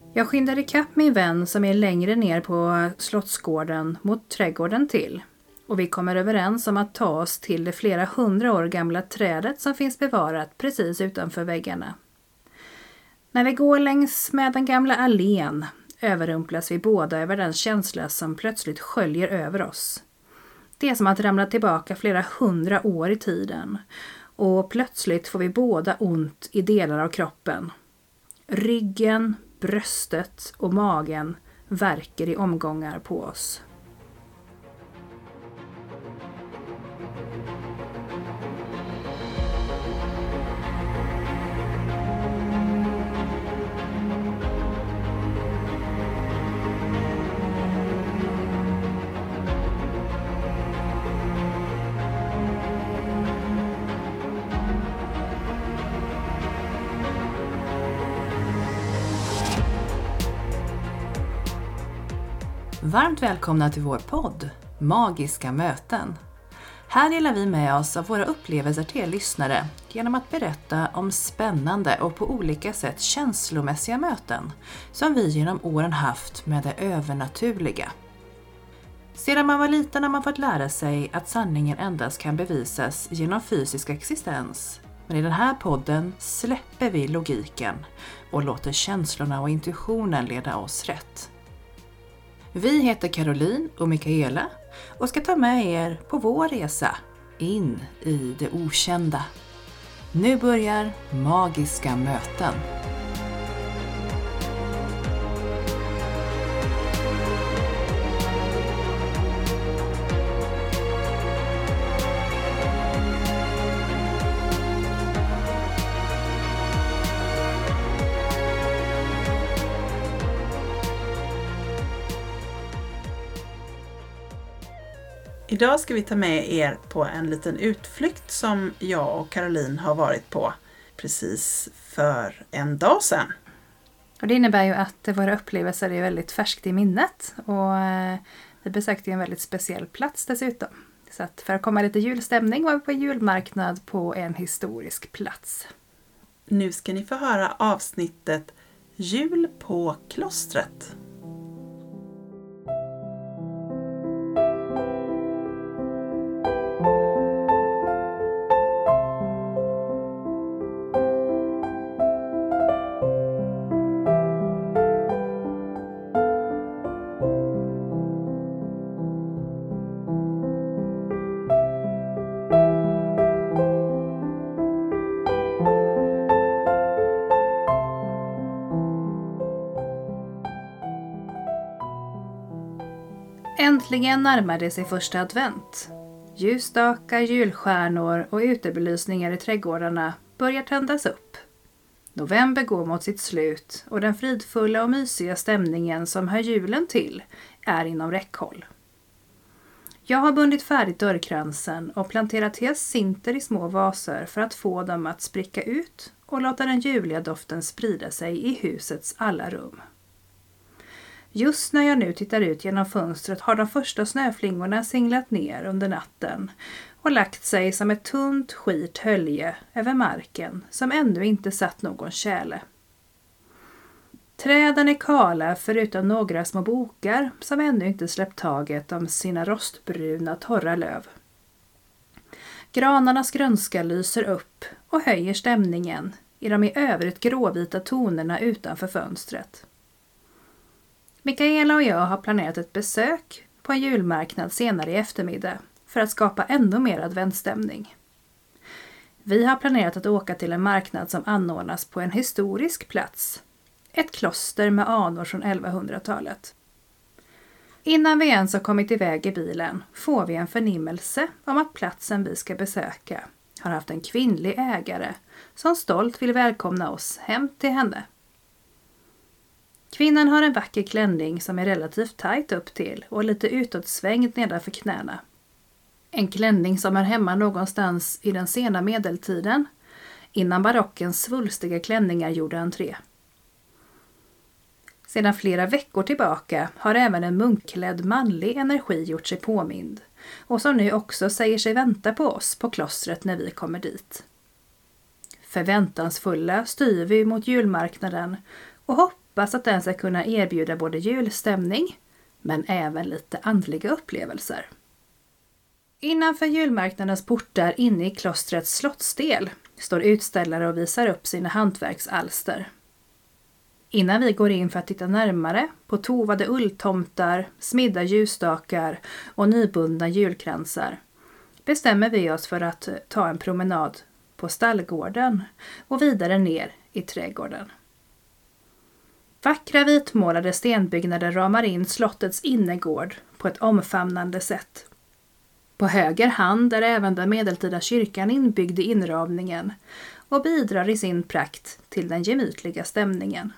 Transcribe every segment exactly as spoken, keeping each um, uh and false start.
Jag skyndar ikapp min vän som är längre ner på slottsgården mot trädgården till. Och vi kommer överens om att ta oss till det flera hundra år gamla trädet som finns bevarat precis utanför väggarna. När vi går längs med den gamla allén överrumplas vi båda över den känsla som plötsligt sköljer över oss. Det är som att ramla tillbaka flera hundra år i tiden. Och plötsligt får vi båda ont i delar av kroppen. Ryggen, bröstet och magen värker i omgångar på oss. Varmt välkomna till vår podd, Magiska möten. Här delar vi med oss av våra upplevelser till er lyssnare genom att berätta om spännande och på olika sätt känslomässiga möten som vi genom åren haft med det övernaturliga. Sedan man var liten har man fått lära sig att sanningen endast kan bevisas genom fysisk existens. Men i den här podden släpper vi logiken och låter känslorna och intuitionen leda oss rätt. Vi heter Caroline och Mikaela och ska ta med er på vår resa in i det okända. Nu börjar Magiska möten. Idag ska vi ta med er på en liten utflykt som jag och Caroline har varit på precis för en dag sedan. Och det innebär ju att våra upplevelser är väldigt färskt i minnet och vi besökte en väldigt speciell plats dessutom. Så att för att komma lite julstämning var vi på julmarknad på en historisk plats. Nu ska ni få höra avsnittet Jul på klostret. Äntligen närmade sig första advent. Ljusstakar, julstjärnor och utebelysningar i trädgårdarna börjar tändas upp. November går mot sitt slut och den fridfulla och mysiga stämningen som hör julen till är inom räckhåll. Jag har bundit färdigt dörrkransen och planterat hyacinter i små vaser för att få dem att spricka ut och låta den juliga doften sprida sig i husets alla rum. Just när jag nu tittar ut genom fönstret har de första snöflingorna singlat ner under natten och lagt sig som ett tunt skit hölje över marken som ännu inte satt någon tjäle. Träden är kala förutom några små bokar som ännu inte släppt taget om sina rostbruna torra löv. Granarnas grönska lyser upp och höjer stämningen i de i övrigt gråvita tonerna utanför fönstret. Mikaela och jag har planerat ett besök på en julmarknad senare i eftermiddag för att skapa ännu mer adventsstämning. Vi har planerat att åka till en marknad som anordnas på en historisk plats, ett kloster med anor från elvahundratalet. Innan vi ens har kommit iväg i bilen får vi en förnimmelse om att platsen vi ska besöka har haft en kvinnlig ägare som stolt vill välkomna oss hem till henne. Kvinnan har en vacker klänning som är relativt tajt upp till och lite utåtsvängd nedanför knäna. En klänning som är hemma någonstans i den sena medeltiden, innan barockens svulstiga klänningar gjorde entré. Sedan flera veckor tillbaka har även en munkklädd manlig energi gjort sig påmind och som nu också säger sig vänta på oss på klostret när vi kommer dit. Förväntansfulla styr vi mot julmarknaden och hoppas hoppas att den ska kunna erbjuda både julstämning men även lite andliga upplevelser. Innanför julmarknadens portar inne i klostrets slottsdel står utställare och visar upp sina hantverksalster. Innan vi går in för att titta närmare på tovade ulltomtar, smidda ljusstakar och nybundna julkransar bestämmer vi oss för att ta en promenad på stallgården och vidare ner i trädgården. Vackra vitmålade stenbyggnader ramar in slottets innergård på ett omfamnande sätt. På höger hand är även den medeltida kyrkan inbyggd i inramningen och bidrar i sin prakt till den gemytliga stämningen.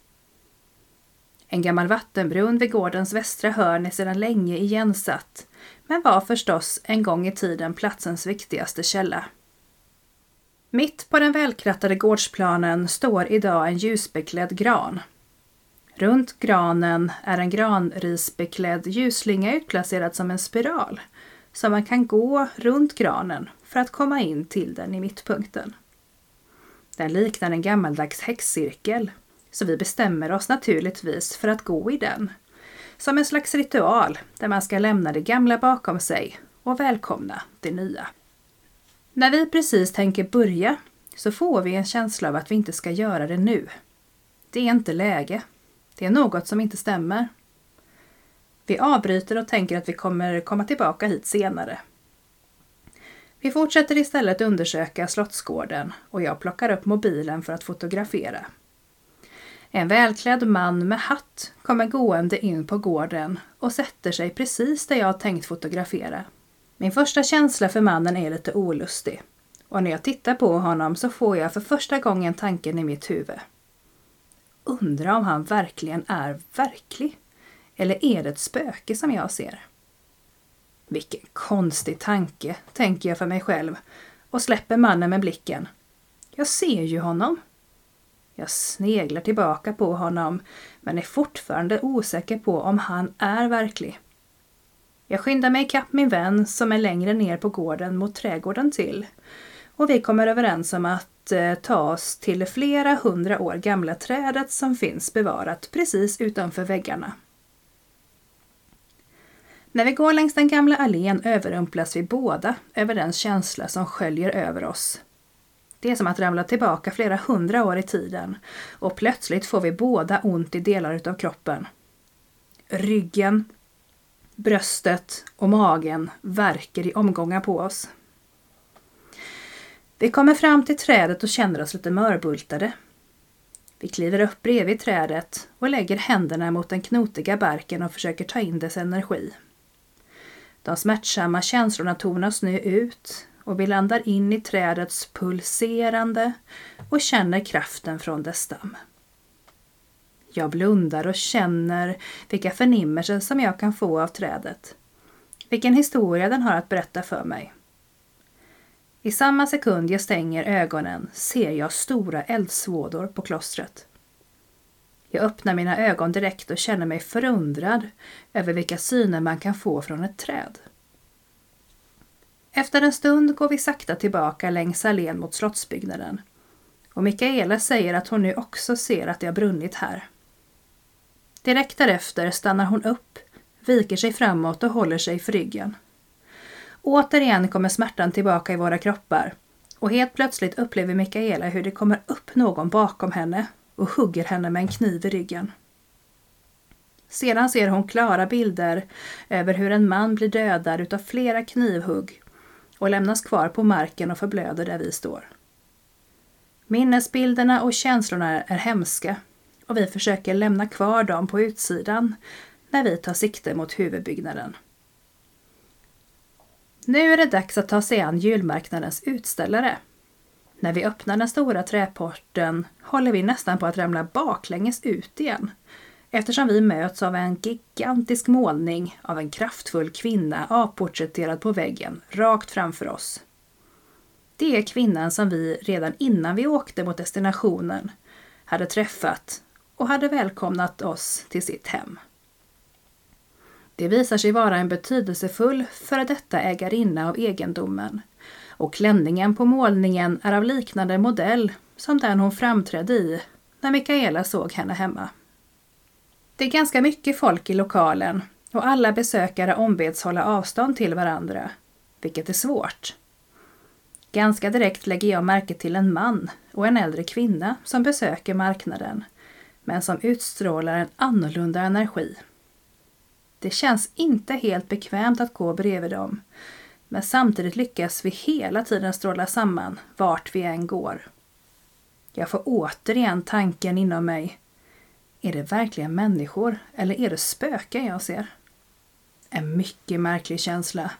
En gammal vattenbrunn vid gårdens västra hörn är sedan länge igensatt, men var förstås en gång i tiden platsens viktigaste källa. Mitt på den välkrattade gårdsplanen står idag en ljusbeklädd gran. Runt granen är en granrisbeklädd ljusslinga utplacerad som en spiral, så man kan gå runt granen för att komma in till den i mittpunkten. Den liknar en gammaldags häxcirkel, så vi bestämmer oss naturligtvis för att gå i den. Som en slags ritual där man ska lämna det gamla bakom sig och välkomna det nya. När vi precis tänker börja så får vi en känsla av att vi inte ska göra det nu. Det är inte läge. Det är något som inte stämmer. Vi avbryter och tänker att vi kommer komma tillbaka hit senare. Vi fortsätter istället undersöka slottsgården och jag plockar upp mobilen för att fotografera. En välklädd man med hatt kommer gående in på gården och sätter sig precis där jag tänkt fotografera. Min första känsla för mannen är lite olustig och när jag tittar på honom så får jag för första gången tanken i mitt huvud. Undrar om han verkligen är verklig eller är det ett spöke som jag ser? Vilken konstig tanke, tänker jag för mig själv och släpper mannen med blicken. Jag ser ju honom. Jag sneglar tillbaka på honom men är fortfarande osäker på om han är verklig. Jag skyndar mig ikapp min vän som är längre ner på gården mot trädgården till och vi kommer överens om att eh, ta oss till flera hundra år gamla trädet som finns bevarat precis utanför väggarna. När vi går längs den gamla allén överrumplas vi båda över den känsla som sköljer över oss. Det är som att ramla tillbaka flera hundra år i tiden och plötsligt får vi båda ont i delar utav kroppen. Ryggen, bröstet och magen värker i omgångar på oss. Vi kommer fram till trädet och känner oss lite mörbultade. Vi kliver upp bredvid trädet och lägger händerna mot den knotiga barken och försöker ta in dess energi. De smärtsamma känslorna tonas nu ut och vi landar in i trädets pulserande och känner kraften från dess stam. Jag blundar och känner vilka förnimmelser som jag kan få av trädet. Vilken historia den har att berätta för mig. I samma sekund jag stänger ögonen ser jag stora eldsvådor på klostret. Jag öppnar mina ögon direkt och känner mig förundrad över vilka syner man kan få från ett träd. Efter en stund går vi sakta tillbaka längs allén mot slottsbyggnaden och Mikaela säger att hon nu också ser att det har brunnit här. Direkt därefter stannar hon upp, viker sig framåt och håller sig för ryggen. Återigen kommer smärtan tillbaka i våra kroppar och helt plötsligt upplever Mikaela hur det kommer upp någon bakom henne och hugger henne med en kniv i ryggen. Sedan ser hon klara bilder över hur en man blir dödad utav flera knivhugg och lämnas kvar på marken och förblöder där vi står. Minnesbilderna och känslorna är hemska och vi försöker lämna kvar dem på utsidan när vi tar sikte mot huvudbyggnaden. Nu är det dags att ta sig an julmarknadens utställare. När vi öppnar den stora träporten håller vi nästan på att ramla baklänges ut igen, eftersom vi möts av en gigantisk målning av en kraftfull kvinna avporträtterad på väggen rakt framför oss. Det är kvinnan som vi redan innan vi åkte mot destinationen hade träffat och hade välkomnat oss till sitt hem. Det visar sig vara en betydelsefull före detta ägarinna av egendomen och klänningen på målningen är av liknande modell som den hon framträdde i när Mikaela såg henne hemma. Det är ganska mycket folk i lokalen och alla besökare ombeds hålla avstånd till varandra, vilket är svårt. Ganska direkt lägger jag märke till en man och en äldre kvinna som besöker marknaden, men som utstrålar en annorlunda energi. Det känns inte helt bekvämt att gå bredvid dem, men samtidigt lyckas vi hela tiden stråla samman vart vi än går. Jag får återigen tanken inom mig. Är det verkligen människor eller är det spöken jag ser? En mycket märklig känsla.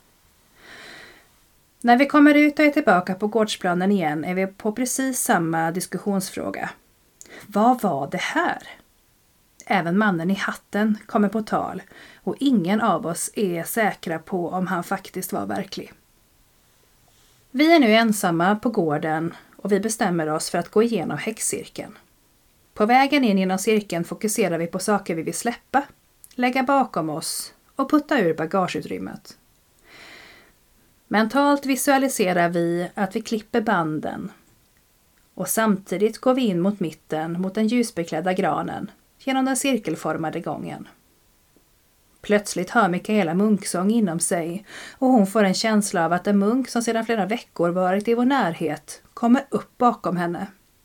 När vi kommer ut och är tillbaka på gårdsplanen igen är vi på precis samma diskussionsfråga. Vad var det här? Även mannen i hatten kommer på tal och ingen av oss är säkra på om han faktiskt var verklig. Vi är nu ensamma på gården och vi bestämmer oss för att gå igenom häxcirkeln. På vägen in genom cirkeln fokuserar vi på saker vi vill släppa, lägga bakom oss och putta ur bagageutrymmet. Mentalt visualiserar vi att vi klipper banden och samtidigt går vi in mot mitten mot den ljusbeklädda granen genom den cirkelformade gången. Plötsligt hör Mikaela munksång inom sig och hon får en känsla av att en munk som sedan flera veckor varit i vår närhet kommer upp bakom henne.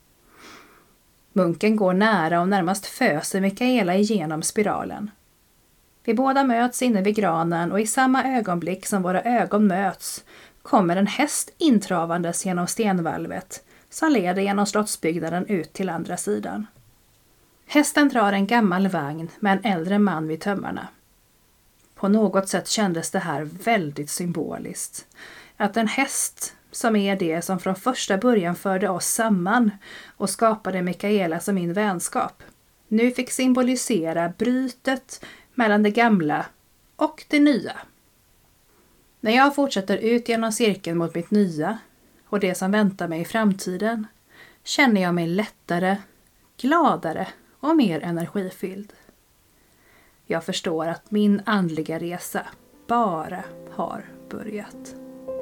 Munken går nära och närmast föser Mikaela igenom spiralen. Vi båda möts inne vid granen och i samma ögonblick som våra ögon möts kommer en häst intravandes genom stenvalvet som leder genom slottsbyggnaden ut till andra sidan. Hästen drar en gammal vagn med en äldre man vid tömmarna. På något sätt kändes det här väldigt symboliskt. Att en häst, som är det som från första början förde oss samman och skapade Mikaelas och min vänskap, nu fick symbolisera brytet mellan det gamla och det nya. När jag fortsätter ut genom cirkeln mot mitt nya och det som väntar mig i framtiden känner jag mig lättare, gladare och mer energifylld. Jag förstår att min andliga resa bara har börjat.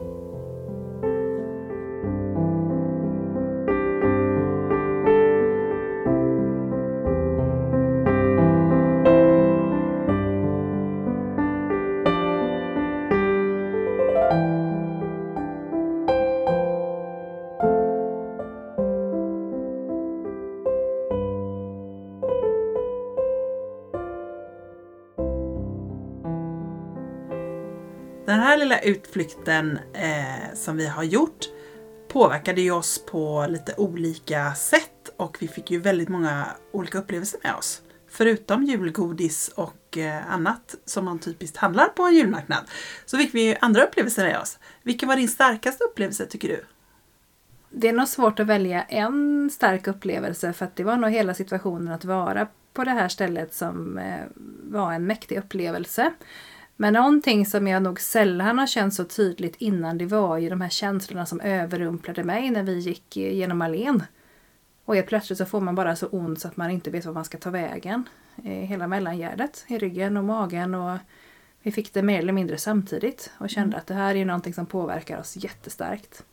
Den här lilla utflykten eh, som vi har gjort påverkade ju oss på lite olika sätt och vi fick ju väldigt många olika upplevelser med oss. Förutom julgodis och eh, annat som man typiskt handlar på en julmarknad så fick vi ju andra upplevelser med oss. Vilken var din starkaste upplevelse tycker du? Det är nog svårt att välja en stark upplevelse för att det var nog hela situationen att vara på det här stället som eh, var en mäktig upplevelse. Men någonting som jag nog sällan har känt så tydligt innan det var ju de här känslorna som överrumplade mig när vi gick genom allén. Och helt plötsligt så får man bara så ont så att man inte vet vad man ska ta vägen. Hela mellangärdet i ryggen och magen och vi fick det mer eller mindre samtidigt och kände att det här är någonting som påverkar oss jättestarkt.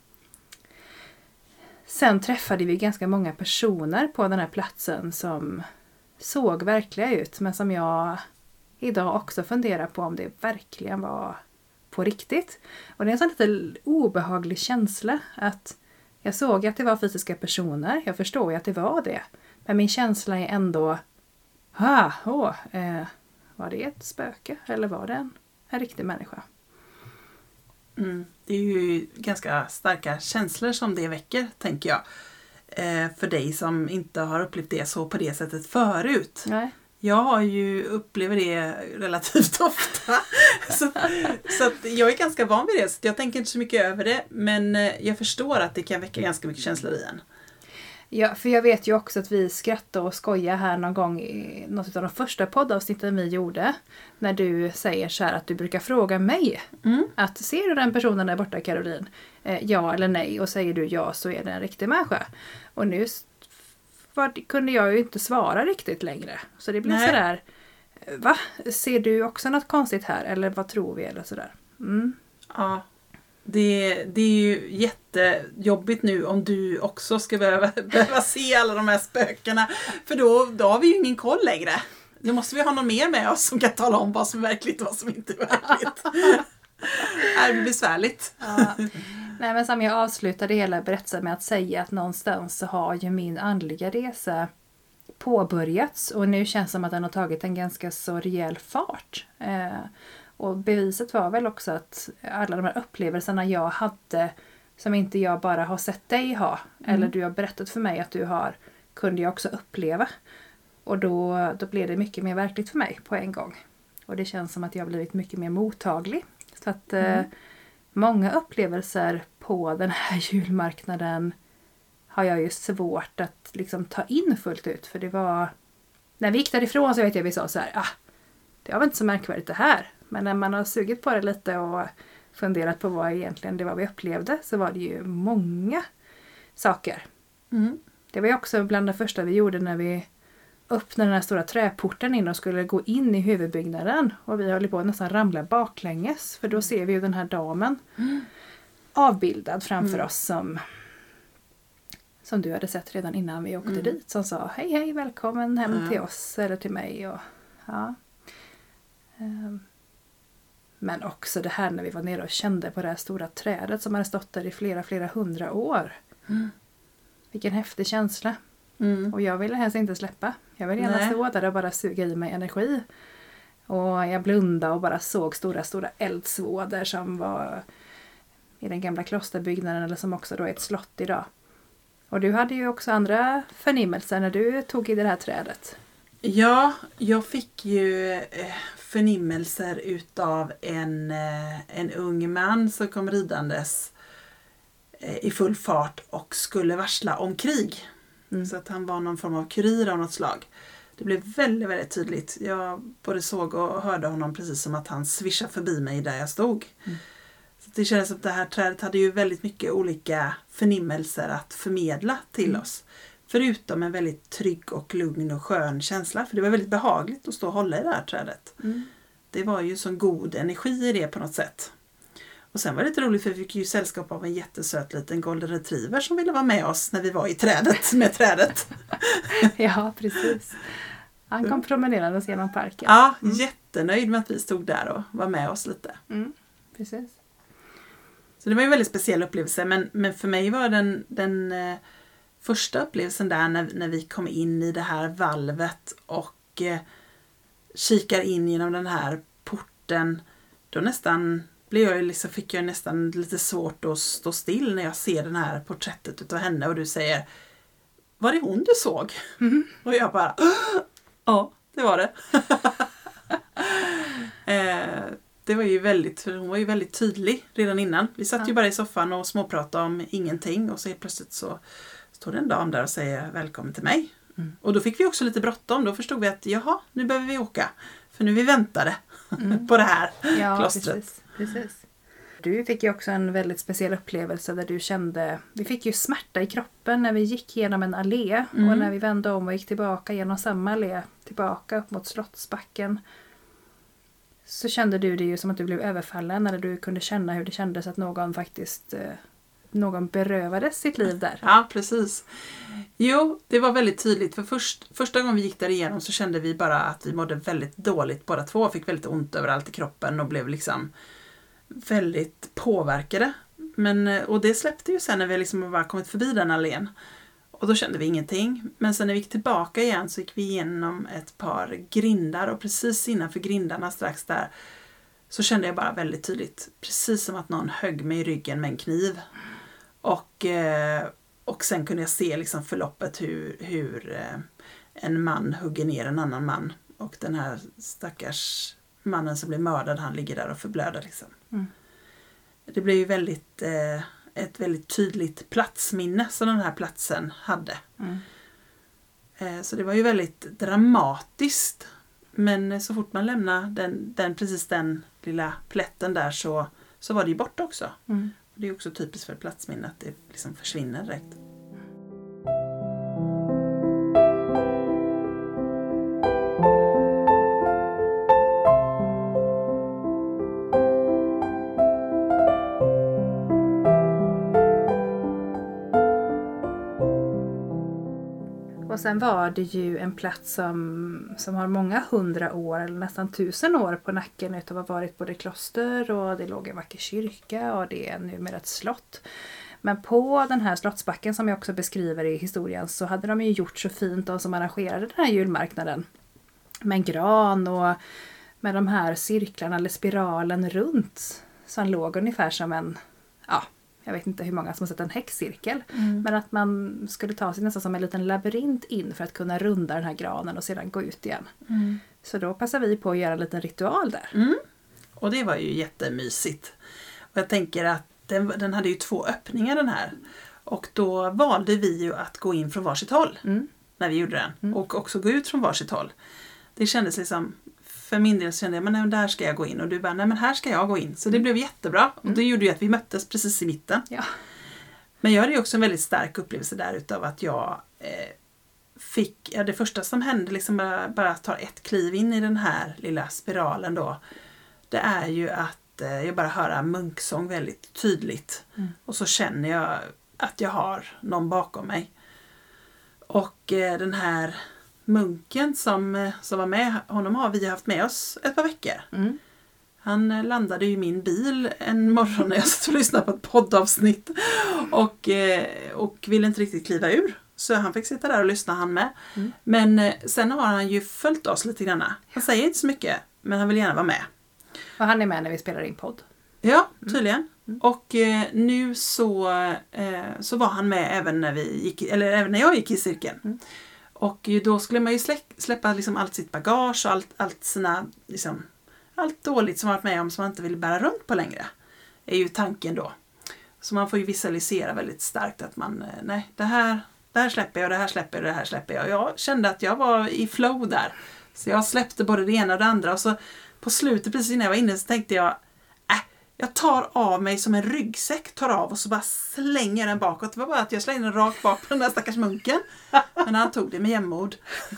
Sen träffade vi ganska många personer på den här platsen som såg verkliga ut men som jag idag också funderar på om det verkligen var på riktigt. Och det är en sån lite obehaglig känsla att jag såg att det var fysiska personer. Jag förstår ju att det var det. Men min känsla är ändå ah, åh, eh, var det ett spöke eller var det en, en riktig människa? Mm, det är ju ganska starka känslor som det väcker, tänker jag. Eh, för dig som inte har upplevt det så på det sättet förut. Nej. Jag har ju upplever det relativt ofta. så så att jag är ganska van vid det. Så jag tänker inte så mycket över det. Men jag förstår att det kan väcka ganska mycket känslor i en. Ja, för jag vet ju också att vi skrattade och skojade här någon gång i något av de första poddavsnitten vi gjorde. När du säger så här att du brukar fråga mig. Mm. Att ser du den personen där borta, Caroline? Eh, ja eller nej. Och säger du ja så är det en riktig människa. Och nu var, kunde jag ju inte svara riktigt längre. Så det blev Nej. sådär. Va? Ser du också något konstigt här? Eller vad tror vi? Eller sådär. Mm. Ja. Det, det är ju jättejobbigt nu om du också ska behöva, behöva se alla de här spökena. För då, då har vi ju ingen koll längre. Nu måste vi ha någon mer med oss som kan tala om vad som är verkligt och vad som inte är verkligt. Det blir besvärligt. Ja. Nej, men som jag avslutade hela berättelsen med att säga att någonstans så har ju min andliga resa påbörjats och nu känns det som att den har tagit en ganska så rejäl fart. Eh, och beviset var väl också att alla de här upplevelserna jag hade som inte jag bara har sett dig ha mm. eller du har berättat för mig att du har, kunde jag också uppleva. Och då, då blev det mycket mer verkligt för mig på en gång. Och det känns som att jag har blivit mycket mer mottaglig. Så att mm. eh, många upplevelser på den här julmarknaden har jag ju svårt att liksom ta in fullt ut. För det var, när vi gick därifrån så vet jag vi sa så här, ah, det var väl inte så märkvärdigt det här. Men när man har sugit på det lite och funderat på vad egentligen det var vi upplevde så var det ju många saker. Mm. Det var ju också bland det första vi gjorde när vi öppnade den här stora träporten in och skulle gå in i huvudbyggnaden. Och vi höll på att nästan ramla baklänges. För då ser vi ju den här damen mm. avbildad framför mm. oss som, som du hade sett redan innan vi åkte mm. dit. Som sa hej hej välkommen hem mm. till oss eller till mig. Och, ja. um, Men också det här när vi var nere och kände på det här stora trädet som hade stått där i flera flera hundra år. Mm. Vilken häftig känsla. Mm. Och jag ville helst inte släppa. Jag ville gärna Nej. stå där och bara suga i mig energi. Och jag blundade och bara såg stora, stora eldsvådor som var i den gamla klosterbyggnaden eller som också då är ett slott idag. Och du hade ju också andra förnimmelser när du tog i det här trädet. Ja, jag fick ju förnimmelser utav en, en ung man som kom ridandes i full fart och skulle varsla om krig. Mm. Så att han var någon form av kurir av något slag. Det blev väldigt, väldigt tydligt. Jag både såg och hörde honom precis som att han svischade förbi mig där jag stod. Mm. Så det kändes som att det här trädet hade ju väldigt mycket olika förnimmelser att förmedla till mm. oss. Förutom en väldigt trygg och lugn och skön känsla. För det var väldigt behagligt att stå och hålla i det här trädet. Mm. Det var ju sån god energi i det på något sätt. Och sen var det lite roligt för vi fick ju sällskap av en jättesöt liten golden retriever som ville vara med oss när vi var i trädet med trädet. Ja, precis. Han kom promenerandes genom parken. Ja, mm. jättenöjd med att vi stod där och var med oss lite. Mm, precis. Så det var en väldigt speciell upplevelse. Men, men för mig var den, den eh, första upplevelsen där när, när vi kom in i det här valvet och eh, kikar in genom den här porten. Då nästan... Blev jag liksom, fick jag nästan lite svårt att stå still när jag ser den här porträttet utav henne och du säger, var det hon du såg? Mm. Och jag bara, ja, det var det. eh, det var ju väldigt, för hon var ju väldigt tydlig redan innan. Vi satt ja. ju bara i soffan och småpratade om ingenting och så helt plötsligt så står det en dam där och säger välkommen till mig. Mm. Och då fick vi också lite bråttom, då förstod vi att jaha, nu behöver vi åka. För nu vi väntade mm. på det här ja, klostret. Precis. Precis. Du fick ju också en väldigt speciell upplevelse där du kände, vi fick ju smärta i kroppen när vi gick genom en allé mm. och när vi vände om och gick tillbaka genom samma allé tillbaka upp mot Slottsbacken så kände du det ju som att du blev överfallen eller du kunde känna hur det kändes att någon faktiskt någon berövades sitt liv där. Ja, precis. Jo, det var väldigt tydligt för först, första gången vi gick där igenom så kände vi bara att vi mådde väldigt dåligt båda två, fick väldigt ont överallt i kroppen och blev liksom väldigt påverkade. Men, och det släppte ju sen när vi liksom bara kommit förbi den allén. Och då kände vi ingenting. Men sen när vi gick tillbaka igen så gick vi igenom ett par grindar. Och precis innanför grindarna strax där så kände jag bara väldigt tydligt. Precis som att någon högg mig i ryggen med en kniv. Och, och sen kunde jag se liksom förloppet hur, hur en man hugger ner en annan man. Och den här stackars mannen som blev mördad, han ligger där och förblöder liksom. Mm. Det blev ju väldigt, eh, ett väldigt tydligt platsminne som den här platsen hade. Mm. Eh, så det var ju väldigt dramatiskt. Men så fort man lämnar den, den, precis den lilla plätten där så, så var det ju bort också. Mm. Det är också typiskt för ett platsminne att det liksom försvinner direkt. Och sen var det ju en plats som, som har många hundra år eller nästan tusen år på nacken utav att ha varit både kloster och det låg en vacker kyrka och det är numera ett slott. Men på den här slottsbacken som jag också beskriver i historien så hade de ju gjort så fint de som arrangerade den här julmarknaden. Med en gran och med de här cirklarna eller spiralen runt som låg ungefär som en, ja, jag vet inte hur många som har sett en häxcirkel. Mm. Men att man skulle ta sig nästan som en liten labyrint in för att kunna runda den här granen och sedan gå ut igen. Mm. Så då passar vi på att göra en liten ritual där. Mm. Och det var ju jättemysigt. Och jag tänker att den, den hade ju två öppningar den här. Och då valde vi ju att gå in från varsitt håll mm. när vi gjorde den. Mm. Och också gå ut från varsitt håll. Det kändes liksom, för min del så kände jag, men nej, där ska jag gå in. Och du bara, nej men här ska jag gå in. Så det blev jättebra. Och det gjorde ju att vi möttes precis i mitten. Ja. Men jag hade ju också en väldigt stark upplevelse där utav att jag eh, fick, ja det första som hände liksom bara, bara tar ett kliv in i den här lilla spiralen då. Det är ju att eh, jag bara hör munksång väldigt tydligt. Mm. Och så känner jag att jag har någon bakom mig. Och eh, den här munken som, som var med, honom har vi haft med oss ett par veckor. Mm. Han landade i min bil en morgon när jag satt och lyssnade på ett poddavsnitt och, och ville inte riktigt kliva ur. Så han fick sitta där och lyssna han med. Mm. Men sen har han ju följt oss lite grann. Han säger inte så mycket, men han vill gärna vara med. Och han är med när vi spelar in podd. Ja, tydligen. Mm. Och eh, nu så, eh, så var han med även när, vi gick, eller även när jag gick i cirkeln. Mm. Och då skulle man ju släck, släppa liksom allt sitt bagage och allt, allt sina, liksom, allt dåligt som man varit med om som man inte vill bära runt på längre. Är ju tanken då. Så man får ju visualisera väldigt starkt att man, nej, det här, det här släpper jag, det här släpper jag, det här släpper jag. Jag kände att jag var i flow där. Så jag släppte både det ena och det andra. Och så på slutet, precis innan jag var inne, så tänkte jag, äh, jag tar av mig som en ryggsäck, tar av och så bara slänger den bakåt. Det var bara att jag slängde den rakt bak på den där stackars munken. Men han tog det med jämnmod.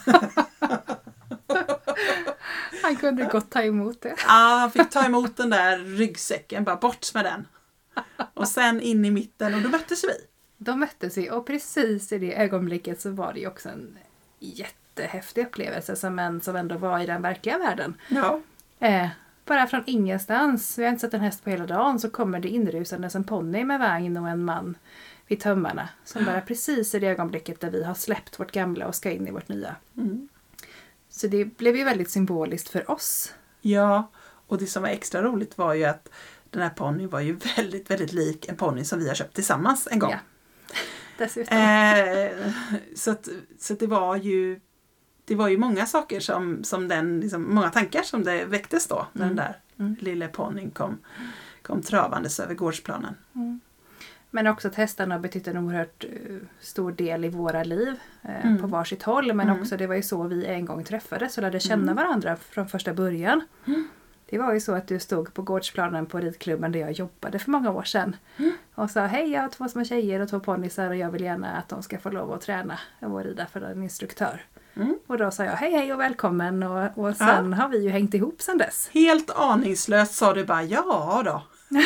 Han kunde gott ta emot det. Ja, han fick ta emot den där ryggsäcken, bara bort med den. Och sen in i mitten och då möttes vi. Då möttes vi och precis i det ögonblicket så var det ju också en jättehäftig upplevelse som en som ändå var i den verkliga världen. Ja. Eh, bara från ingenstans, vi har inte sett en häst på hela dagen, så kommer det inrusandes en ponny med vagn och en man vid tömmarna. Som bara precis i det ögonblicket där vi har släppt vårt gamla och ska in i vårt nya. Mm. Så det blev ju väldigt symboliskt för oss. Ja, och det som var extra roligt var ju att den här ponnyn var ju väldigt, väldigt lik en ponny som vi har köpt tillsammans en gång. Ja, dessutom. Eh, så att, så att det var ju det var ju många saker som, som den, liksom, många tankar som det väcktes då. När mm. den där mm. lilla ponnyn kom, kom travandes över gårdsplanen. Mm. Men också att hästarna har betytt en oerhört uh, stor del i våra liv uh, mm. på varsitt håll. Men mm. också det var ju så vi en gång träffades och lärde känna mm. varandra från första början. Mm. Det var ju så att du stod på gårdsplanen på ridklubben där jag jobbade för många år sedan. Mm. Och sa, hej, jag har två små tjejer och två ponnysar och jag vill gärna att de ska få lov att träna och rida för en instruktör. Mm. Och då sa jag, hej hej och välkommen. Och, och sen ja. har vi ju hängt ihop sedan dess. Helt aningslöst sa du bara, ja då.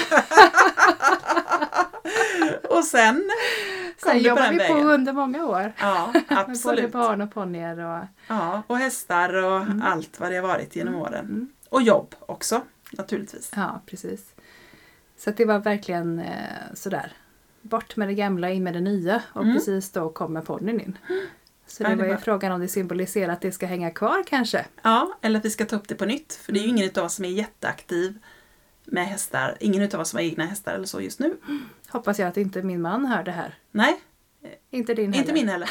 Och sen kom sen du på jobbar den vi vägen. på under många år. Ja, absolut. Med både barn och ponnyer. Och... Ja, och hästar och mm. allt vad det har varit genom mm. åren. Mm. Och jobb också, naturligtvis. Ja, precis. Så att det var verkligen eh, sådär. Bort med det gamla, in med det nya. Och mm. precis då kommer ponnyn in. Så det, ja, det var ju bara... frågan om det symboliserar att det ska hänga kvar kanske. Ja, eller att vi ska ta upp det på nytt. För det är ju ingen av oss som är jätteaktiv med hästar. Ingen av oss som har egna hästar eller så just nu. Hoppas jag att inte min man hör det här. Nej. Inte din heller. Inte min heller.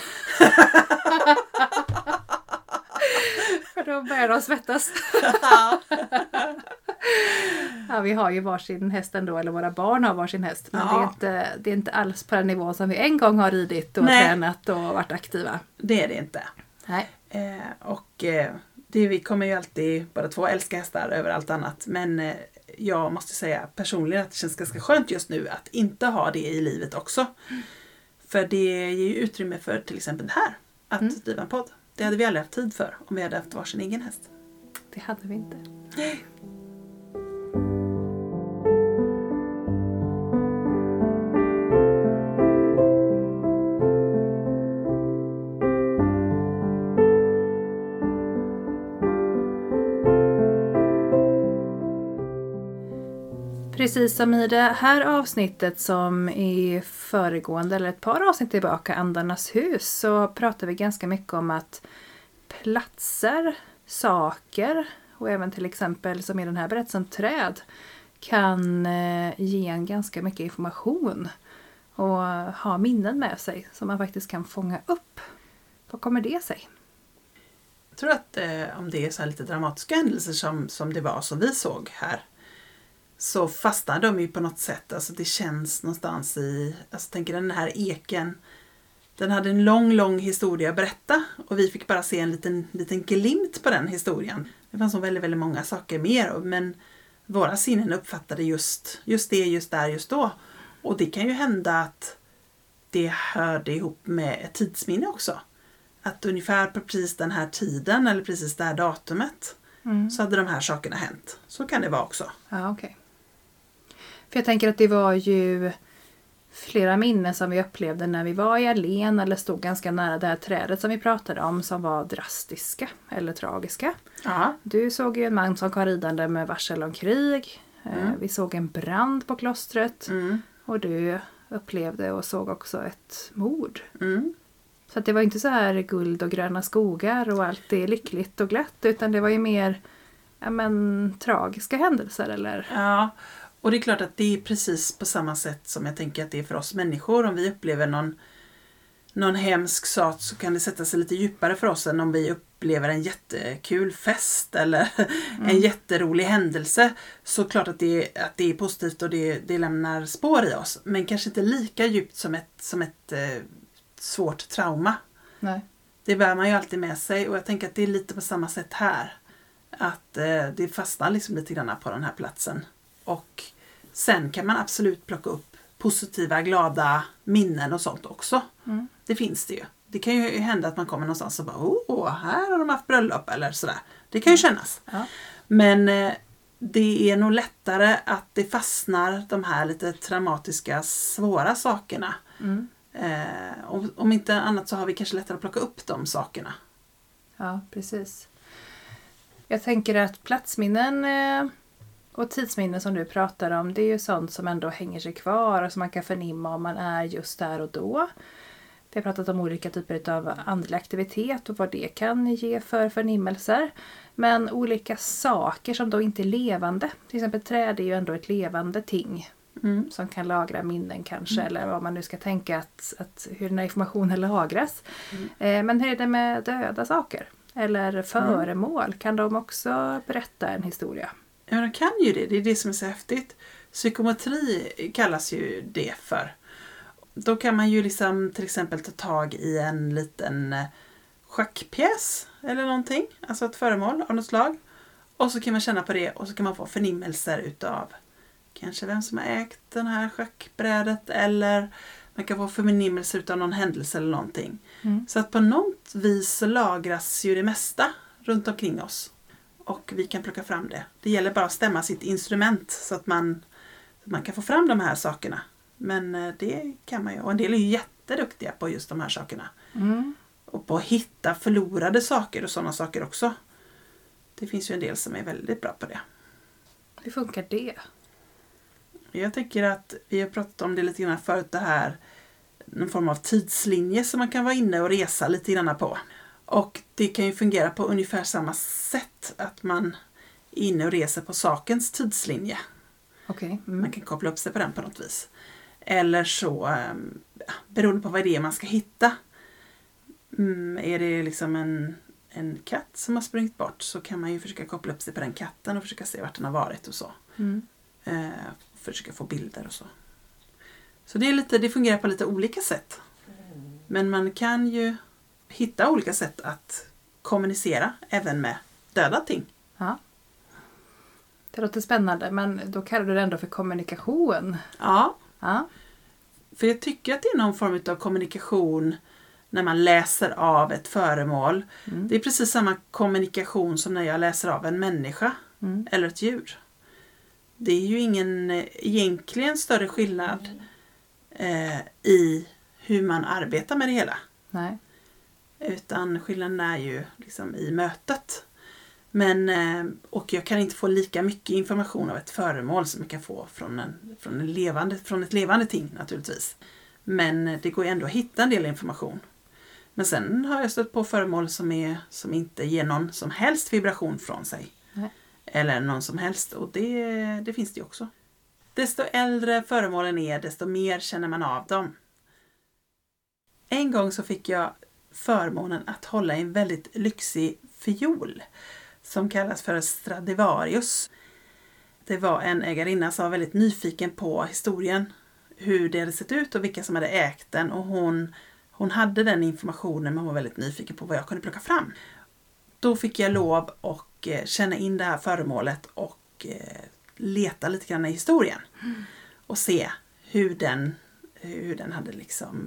För då börjar de svettas. Ja, vi har ju varsin häst ändå, eller våra barn har varsin häst. Men ja. det, är inte, det är inte alls på den nivå som vi en gång har ridit och Nej. tränat och varit aktiva. Det är det inte. Nej. Eh, och eh, det, vi kommer ju alltid båda två älska hästar över allt annat. Men eh, jag måste säga personligen att det känns ganska skönt just nu att inte ha det i livet också. Mm. För det ger ju utrymme för till exempel det här. Att mm. driva en podd. Det hade vi aldrig haft tid för om vi hade haft varsin egen häst. Det hade vi inte. Nej. precis som i det här avsnittet som i föregående eller ett par avsnitt tillbaka, Andarnas hus, så pratar vi ganska mycket om att platser, saker och även till exempel som i den här berättelsen träd kan ge en ganska mycket information och ha minnen med sig som man faktiskt kan fånga upp. Vad kommer det sig? Jag tror att eh, om det är så här lite dramatiska händelser som, som det var som vi såg här, så fastnar de ju på något sätt. Alltså det känns någonstans i, alltså tänker den här eken, den hade en lång, lång historia att berätta och vi fick bara se en liten, liten glimt på den historien. Det fanns så väldigt, väldigt många saker mer, men våra sinnen uppfattade just, just det, just där, just då. Och det kan ju hända att det hörde ihop med ett tidsminne också. Att ungefär på precis den här tiden eller precis det här datumet mm. så hade de här sakerna hänt. Så kan det vara också. Ja, okej. Okay. För jag tänker att det var ju flera minnen som vi upplevde när vi var i Alen eller stod ganska nära det här trädet som vi pratade om som var drastiska eller tragiska. Ja. Du såg ju en man som kom ridande med varsel om krig. Mm. Vi såg en brand på klostret. Mm. Och du upplevde och såg också ett mord. Mm. Så att det var inte så här guld och gröna skogar och allt är lyckligt och glatt. Utan det var ju mer ja, men, tragiska händelser. Eller? Ja, och det är klart att det är precis på samma sätt som jag tänker att det är för oss människor. Om vi upplever någon, någon hemsk sak så kan det sätta sig lite djupare för oss än om vi upplever en jättekul fest eller mm. en jätterolig händelse. Så klart att det, att det är positivt och det, det lämnar spår i oss. Men kanske inte lika djupt som ett, som ett eh, svårt trauma. Nej. Det bär man ju alltid med sig och jag tänker att det är lite på samma sätt här. Att eh, det fastnar liksom lite grann på den här platsen. Och sen kan man absolut plocka upp positiva, glada minnen och sånt också. Mm. Det finns det ju. Det kan ju hända att man kommer någonstans och bara, åh, här har de haft bröllop eller sådär. Det kan ju kännas. Ja. Men eh, det är nog lättare att det fastnar de här lite traumatiska, svåra sakerna. Mm. Eh, om, om inte annat så har vi kanske lättare att plocka upp de sakerna. Ja, precis. Jag tänker att platsminnen eh, och tidsminnen som du pratar om, det är ju sånt som ändå hänger sig kvar och som man kan förnimma om man är just där och då. Vi har pratat om olika typer av andlig aktivitet och vad det kan ge för förnimmelser. Men olika saker som då inte är levande. Till exempel träd är ju ändå ett levande ting. Mm. Som kan lagra minnen kanske. Mm. Eller vad man nu ska tänka att, att hur den här informationen lagras. Mm. Eh, men hur är det med döda saker? Eller föremål? Mm. Kan de också berätta en historia? Ja, de kan ju det. Det är det som är så häftigt. Psykometri kallas ju det för. Då kan man ju liksom till exempel ta tag i en liten schackpjäs eller någonting. Alltså ett föremål av något slag. Och så kan man känna på det och så kan man få förnimmelser utav kanske vem som har ägt den här schackbrädet. Eller man kan få förnimmelser utav någon händelse eller någonting. Mm. Så att på något vis lagras ju det mesta runt omkring oss. Och vi kan plocka fram det. Det gäller bara att stämma sitt instrument så att man, så att man kan få fram de här sakerna. Men det kan man ju. Och en del är ju jätteduktiga på just de här sakerna. Mm. Och på att hitta förlorade saker och sådana saker också. Det finns ju en del som är väldigt bra på det. Hur funkar det? Jag tänker att vi har pratat om det lite grann förut. Det här, någon form av tidslinje som man kan vara inne och resa lite grann på. Och det kan ju fungera på ungefär samma sätt. Att man är inne och reser på sakens tidslinje. Okay. Mm. Man kan koppla upp sig på den på något vis. Eller så, beroende på vad det är man ska hitta. Mm, är det liksom en, en katt som har sprungit bort så kan man ju försöka koppla upp sig på den katten och försöka se vart den har varit och så. Mm. Eh, försöka få bilder och så. Så det, är lite, det fungerar på lite olika sätt. Men man kan ju hitta olika sätt att kommunicera även med döda ting. Ja. Det låter spännande, men då kallar du det ändå för kommunikation. Ja. Ja. För jag tycker att det är någon form av kommunikation när man läser av ett föremål. Mm. Det är precis samma kommunikation som när jag läser av en människa mm. eller ett djur. Det är ju ingen egentligen större skillnad eh, i hur man arbetar med det hela. Nej. Utan skillnaden är ju liksom i mötet. Men, eh, och jag kan inte få lika mycket information av ett föremål som jag kan få från, en, från, en levande, från ett levande ting naturligtvis. Men det går ju ändå att hitta en del information. Men sen har jag stött på föremål som, är, som inte ger någon som helst vibration från sig. Nej. Eller någon som helst. Och det, det finns det ju också. Desto äldre föremålen är, desto mer känner man av dem. En gång så fick jag förmånen att hålla en väldigt lyxig fiol. Som kallas för Stradivarius. Det var en ägarinna som var väldigt nyfiken på historien. Hur det hade sett ut och vilka som hade ägt den. Och hon, hon hade den informationen, men hon var väldigt nyfiken på vad jag kunde plocka fram. Då fick jag lov att känna in det här föremålet och leta lite grann i historien. Mm. Och se hur den, hur den hade liksom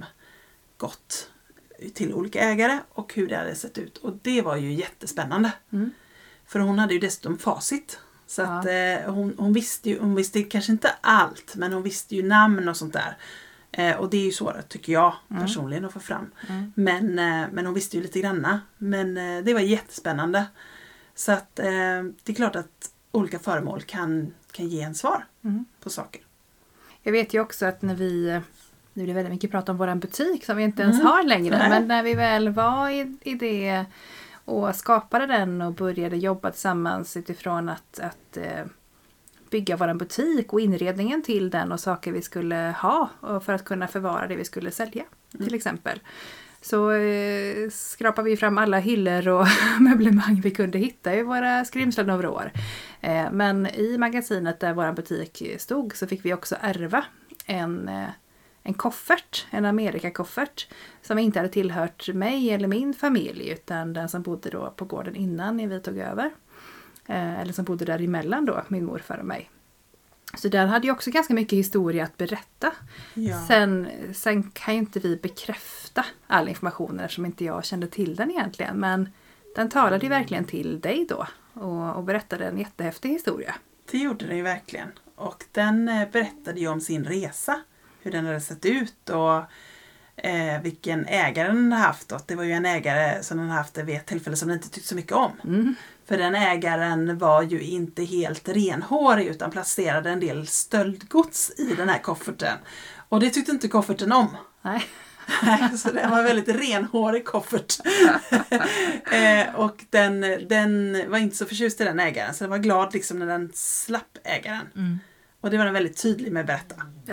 gått till olika ägare och hur det hade sett ut. Och det var ju jättespännande. Mm. För hon hade ju dessutom facit. Så ja. att eh, hon, hon visste ju, hon visste kanske inte allt, men hon visste ju namn och sånt där. Eh, och det är ju svårt tycker jag mm. personligen att få fram. Mm. Men, eh, men hon visste ju lite granna. Men eh, det var jättespännande. Så att eh, det är klart att olika föremål kan, kan ge en svar mm. på saker. Jag vet ju också att när vi, nu är det väldigt mycket prat om vår butik som vi inte ens mm. har längre. Nej. Men när vi väl var i, i det och skapade den och började jobba tillsammans utifrån att, att eh, bygga vår butik och inredningen till den och saker vi skulle ha och för att kunna förvara det vi skulle sälja mm. till exempel. Så eh, skrapade vi fram alla hyllor och möblemang vi kunde hitta i våra skrymslen över år. Eh, men i magasinet där vår butik stod så fick vi också ärva en, eh, en koffert, en Amerikakoffert som inte hade tillhört mig eller min familj utan den som bodde då på gården innan vi tog över. Eh, eller som bodde där emellan då, min morfar och mig. Så där hade ju också ganska mycket historia att berätta. Ja. Sen, sen kan ju inte vi bekräfta all information eftersom inte jag kände till den egentligen. Men den talade ju verkligen till dig då och, och berättade en jättehäftig historia. Det gjorde den ju verkligen. Och den berättade ju om sin resa. Hur den hade sett ut och eh, vilken ägare den hade haft. Och det var ju en ägare som den hade haft vid ett tillfälle som den inte tyckte så mycket om. Mm. För den ägaren var ju inte helt renhårig utan placerade en del stöldgods i den här kofferten. Och det tyckte inte kofferten om. Nej. Så det var en väldigt renhårig koffert. eh, och den, den var inte så förtjust i den ägaren. Så den var glad liksom när den slapp ägaren. Mm. Och det var den väldigt tydlig med att berätta. Ja.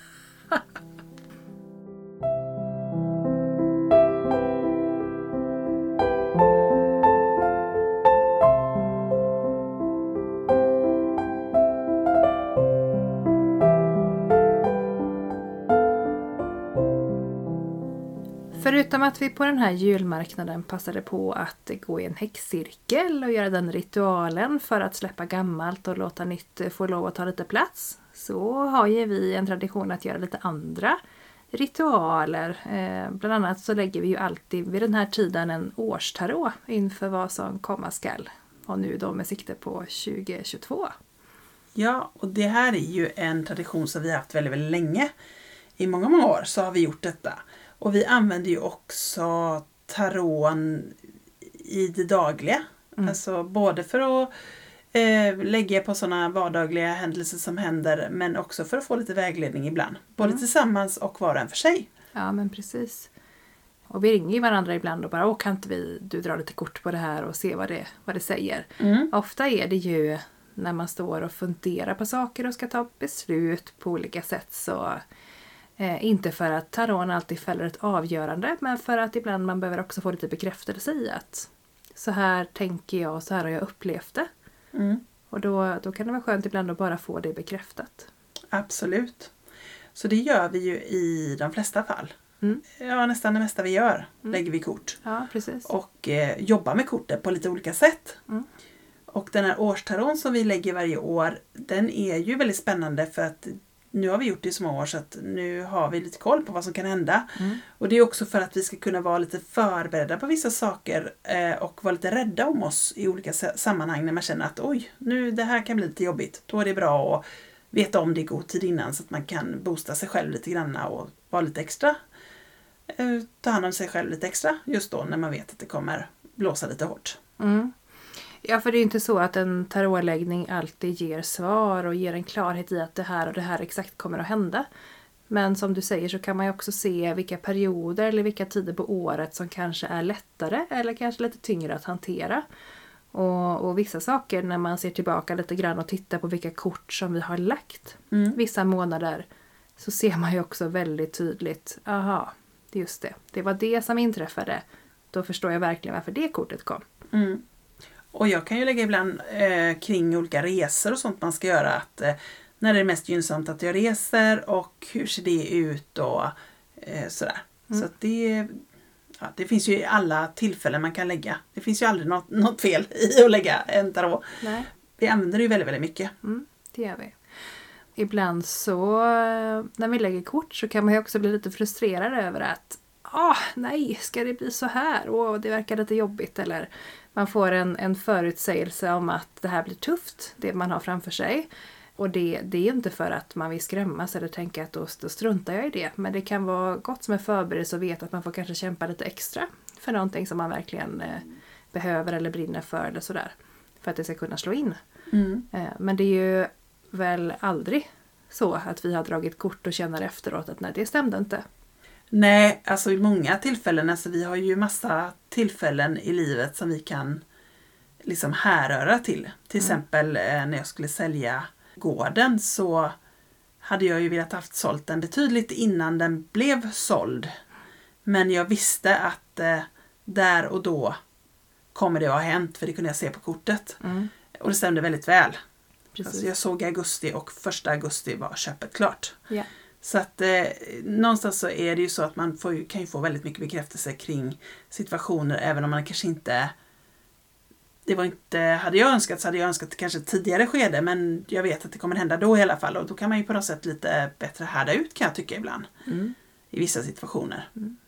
Förutom att vi på den här julmarknaden passade på att gå i en häxcirkel och göra den ritualen för att släppa gammalt och låta nytt få lov att ta lite plats, så har ju vi en tradition att göra lite andra ritualer. Eh, bland annat så lägger vi ju alltid vid den här tiden en årstarot inför vad som komma skall. Och nu då med sikte på tjugo tjugotvå. Ja, och det här är ju en tradition som vi har haft väldigt, väldigt länge. I många, många år så har vi gjort detta. Och vi använder ju också taroten i det dagliga. Mm. Alltså både för att eh, lägga på sådana vardagliga händelser som händer. Men också för att få lite vägledning ibland. Både mm. tillsammans och var och en för sig. Ja men precis. Och vi ringer ju varandra ibland och bara, åh kan inte vi, du drar lite kort på det här och se vad det, vad det säger. Mm. Ofta är det ju när man står och funderar på saker och ska ta beslut på olika sätt så... Eh, inte för att taron alltid fäller ett avgörande, men för att ibland man behöver också få lite bekräftelse i att så här tänker jag och så här har jag upplevt det. Mm. Och då, då kan det vara skönt ibland att bara få det bekräftat. Absolut. Så det gör vi ju i de flesta fall. Mm. Ja, nästan det mesta vi gör mm. lägger vi kort. Ja, precis. Och eh, jobbar med kortet på lite olika sätt. Mm. Och den här årstaron som vi lägger varje år, den är ju väldigt spännande för att nu har vi gjort det i så många år så att nu har vi lite koll på vad som kan hända. Mm. Och det är också för att vi ska kunna vara lite förberedda på vissa saker eh, och vara lite rädda om oss i olika sammanhang när man känner att oj, nu det här kan bli lite jobbigt. Då är det bra att veta om det i god tid innan så att man kan boosta sig själv lite grann och vara lite extra. Eh, ta hand om sig själv lite extra just då när man vet att det kommer blåsa lite hårt. Mm. Ja, för det är ju inte så att en tarotläggning alltid ger svar och ger en klarhet i att det här och det här exakt kommer att hända. Men som du säger så kan man ju också se vilka perioder eller vilka tider på året som kanske är lättare eller kanske lite tyngre att hantera. Och, och vissa saker när man ser tillbaka lite grann och tittar på vilka kort som vi har lagt Mm. vissa månader, så ser man ju också väldigt tydligt, aha, just det, det var det som inträffade. Då förstår jag verkligen varför det kortet kom. Mm. Och jag kan ju lägga ibland eh, kring olika resor och sånt man ska göra, att eh, när det är mest gynnsamt att jag reser och hur ser det ut och eh, sådär. Mm. Så att det, ja, det finns ju i alla tillfällen man kan lägga. Det finns ju aldrig något, något fel i att lägga en tarot. Nej. Vi använder det ju väldigt, väldigt mycket. Mm, det gör vi. Ibland så när vi lägger kort så kan man ju också bli lite frustrerad över att ah, nej, ska det bli så här? Åh, det verkar lite jobbigt. Eller man får en, en förutsägelse om att det här blir tufft, det man har framför sig. Och det, det är inte för att man vill skrämmas eller tänka att då, då struntar jag i det. Men det kan vara gott som en förberedelse att veta att man får kanske kämpa lite extra för någonting som man verkligen eh, behöver eller brinner för eller sådär. För att det ska kunna slå in. Mm. Eh, men det är ju väl aldrig så att vi har dragit kort och känner efteråt att nej, det stämde inte. Nej, alltså i många tillfällen, alltså vi har ju massa tillfällen i livet som vi kan liksom härröra till. Till Mm. exempel eh, när jag skulle sälja gården så hade jag ju velat haft sålt den betydligt innan den blev såld. Men jag visste att eh, där och då kommer det att ha hänt, för det kunde jag se på kortet. Mm. Och det stämde väldigt väl. Precis. Alltså jag såg i augusti och första augusti var köpet klart. Ja. Så att eh, någonstans så är det ju så att man får, ju- kan ju få väldigt mycket bekräftelse kring situationer, även om man kanske inte, det var inte, hade jag önskat så hade jag önskat kanske ett tidigare skede, men jag vet att det kommer hända då i alla fall, och då kan man ju på något sätt lite bättre härda ut, kan jag tycka ibland, Mm. i vissa situationer.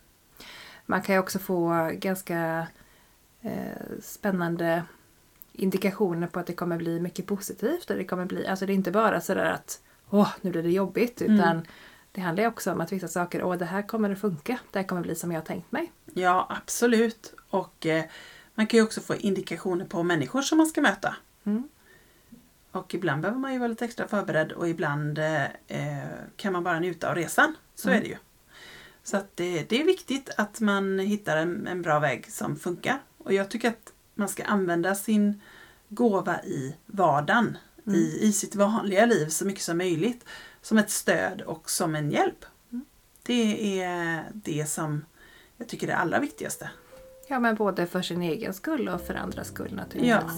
Man kan ju också få ganska eh, spännande indikationer på att det kommer bli mycket positivt. Och det kommer bli, alltså det är inte bara sådär att åh, nu blir det jobbigt, utan Mm. det handlar ju också om att vissa saker, åh, det här kommer att funka. Det här kommer bli som jag har tänkt mig. Ja, absolut. Och eh, man kan ju också få indikationer på människor som man ska möta. Mm. Och ibland behöver man ju vara lite extra förberedd, och ibland eh, kan man bara njuta av resan. Så Mm. är det ju. Så att det, det är viktigt att man hittar en, en bra väg som funkar. Och jag tycker att man ska använda sin gåva i vardagen, Mm. i, i sitt vanliga liv så mycket som möjligt. Som ett stöd och som en hjälp. Mm. Det är det som jag tycker är det allra viktigaste. Ja, men både för sin egen skull och för andras skull naturligtvis. Ja.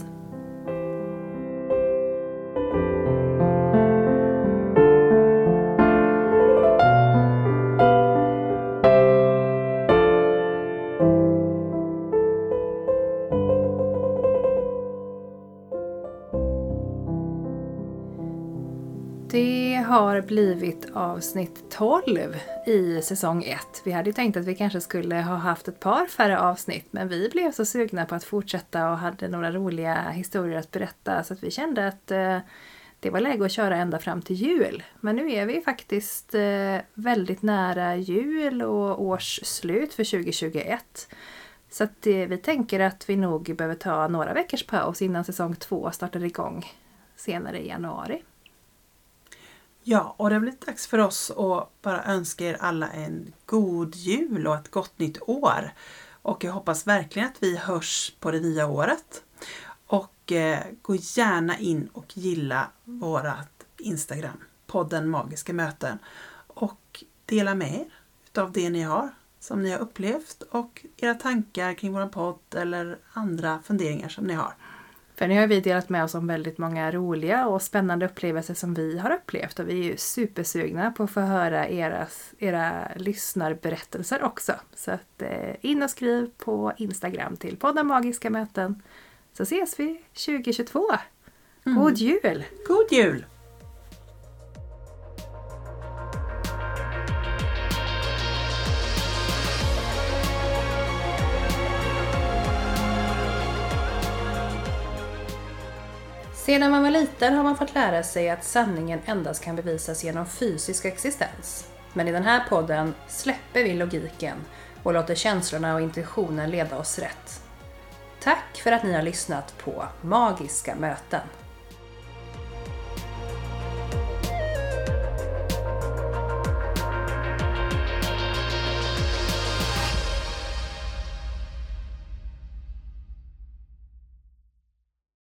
Det har blivit avsnitt tolv i säsong ett. Vi hade ju tänkt att vi kanske skulle ha haft ett par färre avsnitt, men vi blev så sugna på att fortsätta och hade några roliga historier att berätta, så att vi kände att eh, det var läge att köra ända fram till jul. Men nu är vi faktiskt eh, väldigt nära jul och årsslut för tjugo tjugoett. Så att eh, vi tänker att vi nog behöver ta några veckors paus innan säsong två startar igång senare i januari. Ja, och det har blivit dags för oss att bara önska er alla en god jul och ett gott nytt år. Och jag hoppas verkligen att vi hörs på det nya året. Och eh, gå gärna in och gilla vårat Instagram, podden Magiska möten. Och dela med er utav det ni har, som ni har upplevt, och era tankar kring vår podd eller andra funderingar som ni har. För nu har vi delat med oss om väldigt många roliga och spännande upplevelser som vi har upplevt. Och vi är ju supersugna på att få höra era, era lyssnarberättelser också. Så att, eh, in och skriv på Instagram till podden Magiska möten. Så ses vi tjugo tjugotvå. Mm. God jul! God jul! Sedan man var liten har man fått lära sig att sanningen endast kan bevisas genom fysisk existens. Men i den här podden släpper vi logiken och låter känslorna och intuitionen leda oss rätt. Tack för att ni har lyssnat på Magiska möten.